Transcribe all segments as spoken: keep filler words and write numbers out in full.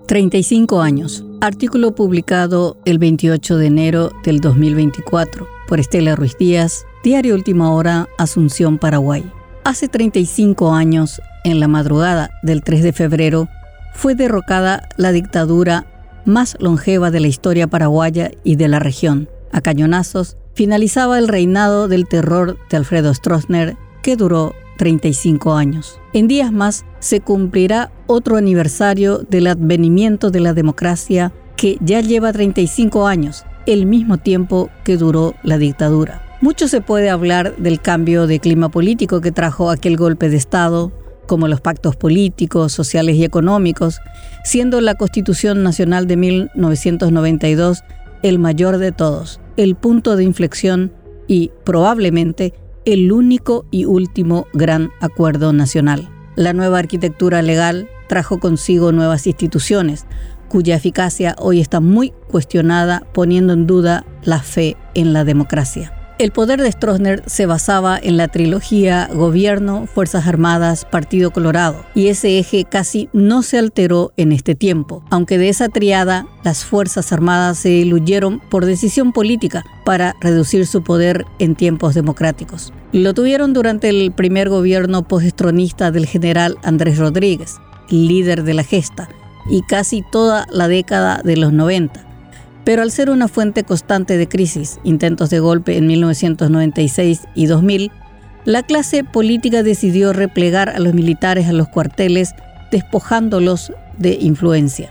treinta y cinco años. Artículo publicado el veintiocho de enero del dos mil veinticuatro por Estela Ruiz Díaz, Diario Última Hora, Asunción, Paraguay. Hace treinta y cinco años, en la madrugada del tres de febrero, fue derrocada la dictadura más longeva de la historia paraguaya y de la región. A cañonazos, finalizaba el reinado del terror de Alfredo Stroessner, que duró treinta y cinco años. En días más se cumplirá otro aniversario del advenimiento de la democracia, que ya lleva treinta y cinco años, el mismo tiempo que duró la dictadura. Mucho se puede hablar del cambio de clima político que trajo aquel golpe de Estado, como los pactos políticos, sociales y económicos, siendo la Constitución Nacional de mil novecientos noventa y dos el mayor de todos, el punto de inflexión y, probablemente, el único y último gran acuerdo nacional. La nueva arquitectura legal trajo consigo nuevas instituciones, cuya eficacia hoy está muy cuestionada, poniendo en duda la fe en la democracia. El poder de Stroessner se basaba en la trilogía Gobierno, Fuerzas Armadas, Partido Colorado, y ese eje casi no se alteró en este tiempo, aunque de esa triada las Fuerzas Armadas se diluyeron por decisión política para reducir su poder en tiempos democráticos. Lo tuvieron durante el primer gobierno poststronista del general Andrés Rodríguez, líder de la gesta, y casi toda la década de los noventa. Pero al ser una fuente constante de crisis, intentos de golpe en mil novecientos noventa y seis y dos mil, la clase política decidió replegar a los militares a los cuarteles, despojándolos de influencia.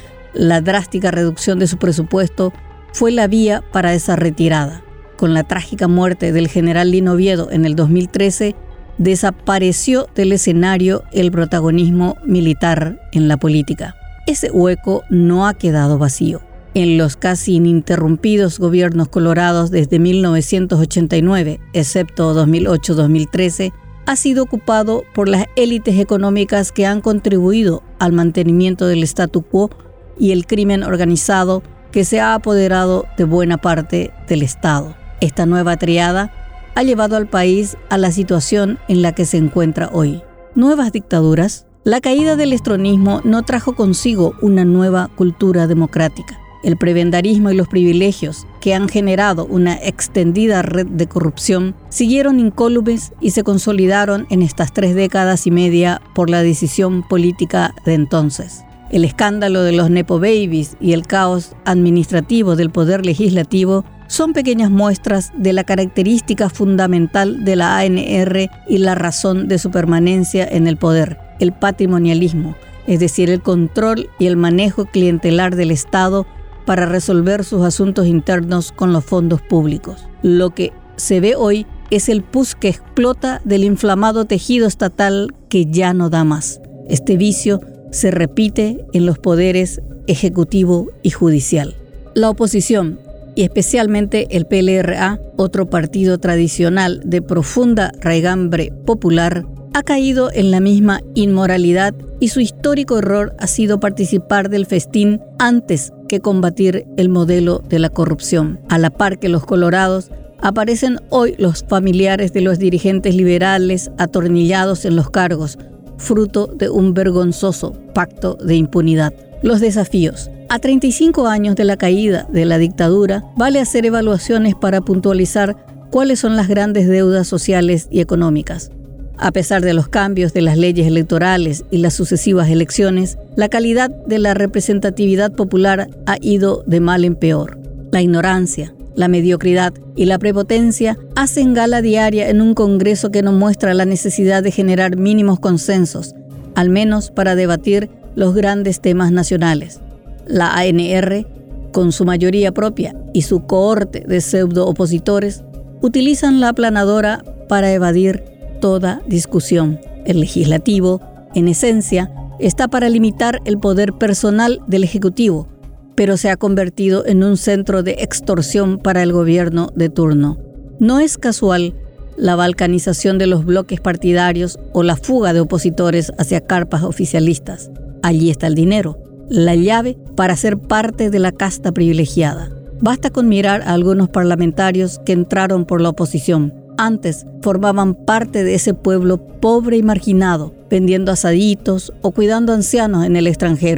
La drástica reducción de su presupuesto fue la vía para esa retirada. Con la trágica muerte del general Lino Oviedo en el dos mil trece, desapareció del escenario el protagonismo militar en la política. Ese hueco no ha quedado vacío. En los casi ininterrumpidos gobiernos colorados desde mil novecientos ochenta y nueve, excepto dos mil ocho a dos mil trece, ha sido ocupado por las élites económicas que han contribuido al mantenimiento del statu quo y el crimen organizado que se ha apoderado de buena parte del Estado. Esta nueva triada ha llevado al país a la situación en la que se encuentra hoy. Nuevas dictaduras. La caída del estronismo no trajo consigo una nueva cultura democrática. El prebendarismo y los privilegios, que han generado una extendida red de corrupción, siguieron incólumes y se consolidaron en estas tres décadas y media por la decisión política de entonces. El escándalo de los Nepo Babies y el caos administrativo del poder legislativo son pequeñas muestras de la característica fundamental de la A N R y la razón de su permanencia en el poder, el patrimonialismo, es decir, el control y el manejo clientelar del Estado para resolver sus asuntos internos con los fondos públicos. Lo que se ve hoy es el pus que explota del inflamado tejido estatal que ya no da más. Este vicio se repite en los poderes ejecutivo y judicial. La oposición, y especialmente el P L R A, otro partido tradicional de profunda raigambre popular, ha caído en la misma inmoralidad y su histórico error ha sido participar del festín antes que combatir el modelo de la corrupción. A la par que los colorados, aparecen hoy los familiares de los dirigentes liberales atornillados en los cargos, fruto de un vergonzoso pacto de impunidad. Los desafíos. A treinta y cinco años de la caída de la dictadura, vale hacer evaluaciones para puntualizar cuáles son las grandes deudas sociales y económicas. A pesar de los cambios de las leyes electorales y las sucesivas elecciones, la calidad de la representatividad popular ha ido de mal en peor. La ignorancia, la mediocridad y la prepotencia hacen gala diaria en un Congreso que no muestra la necesidad de generar mínimos consensos, al menos para debatir los grandes temas nacionales. La A N R, con su mayoría propia y su cohorte de pseudo-opositores, utilizan la aplanadora para evadir toda discusión. El legislativo, en esencia, está para limitar el poder personal del Ejecutivo, pero se ha convertido en un centro de extorsión para el gobierno de turno. No es casual la balcanización de los bloques partidarios o la fuga de opositores hacia carpas oficialistas. Allí está el dinero, la llave para ser parte de la casta privilegiada. Basta con mirar a algunos parlamentarios que entraron por la oposición. Antes formaban parte de ese pueblo pobre y marginado, vendiendo asaditos o cuidando ancianos en el extranjero,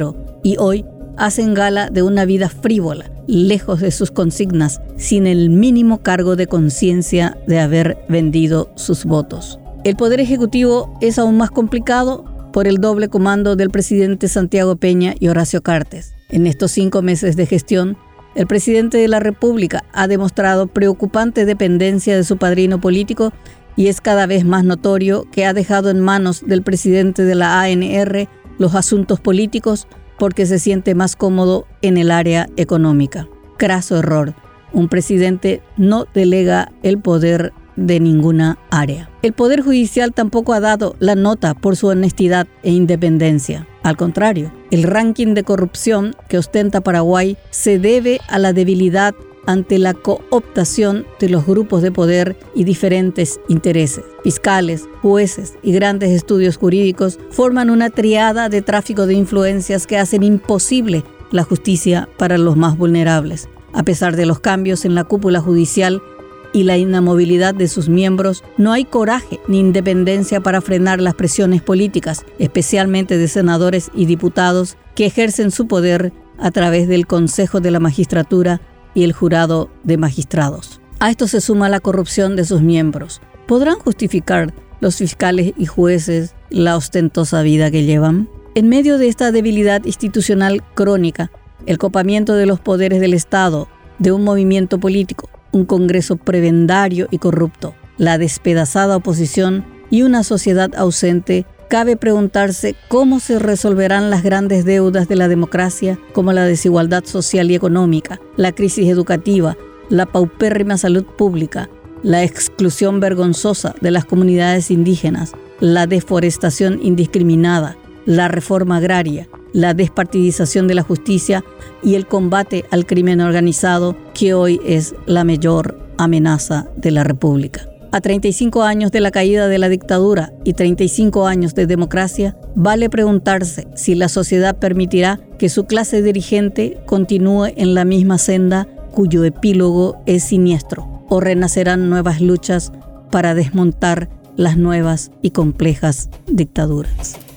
y hoy hacen gala de una vida frívola, lejos de sus consignas, sin el mínimo cargo de conciencia de haber vendido sus votos. El Poder Ejecutivo es aún más complicado por el doble comando del presidente Santiago Peña y Horacio Cartes. En estos cinco meses de gestión, el presidente de la República ha demostrado preocupante dependencia de su padrino político y es cada vez más notorio que ha dejado en manos del presidente de la A N R los asuntos políticos porque se siente más cómodo en el área económica. Craso error. Un presidente no delega el poder de ninguna área. El Poder Judicial tampoco ha dado la nota por su honestidad e independencia. Al contrario, el ranking de corrupción que ostenta Paraguay se debe a la debilidad ante la cooptación de los grupos de poder y diferentes intereses. Fiscales, jueces y grandes estudios jurídicos forman una triada de tráfico de influencias que hacen imposible la justicia para los más vulnerables. A pesar de los cambios en la cúpula judicial y la inamovilidad de sus miembros, no hay coraje ni independencia para frenar las presiones políticas, especialmente de senadores y diputados que ejercen su poder a través del Consejo de la Magistratura y el Jurado de Magistrados. A esto se suma la corrupción de sus miembros. ¿Podrán justificar los fiscales y jueces la ostentosa vida que llevan? En medio de esta debilidad institucional crónica, el copamiento de los poderes del Estado, de un movimiento político, un Congreso prebendario y corrupto, la despedazada oposición y una sociedad ausente, cabe preguntarse cómo se resolverán las grandes deudas de la democracia, como la desigualdad social y económica, la crisis educativa, la paupérrima salud pública, la exclusión vergonzosa de las comunidades indígenas, la deforestación indiscriminada, la reforma agraria, la despartidización de la justicia y el combate al crimen organizado, que hoy es la mayor amenaza de la República. A treinta y cinco años de la caída de la dictadura y treinta y cinco años de democracia, vale preguntarse si la sociedad permitirá que su clase dirigente continúe en la misma senda cuyo epílogo es siniestro, o renacerán nuevas luchas para desmontar las nuevas y complejas dictaduras.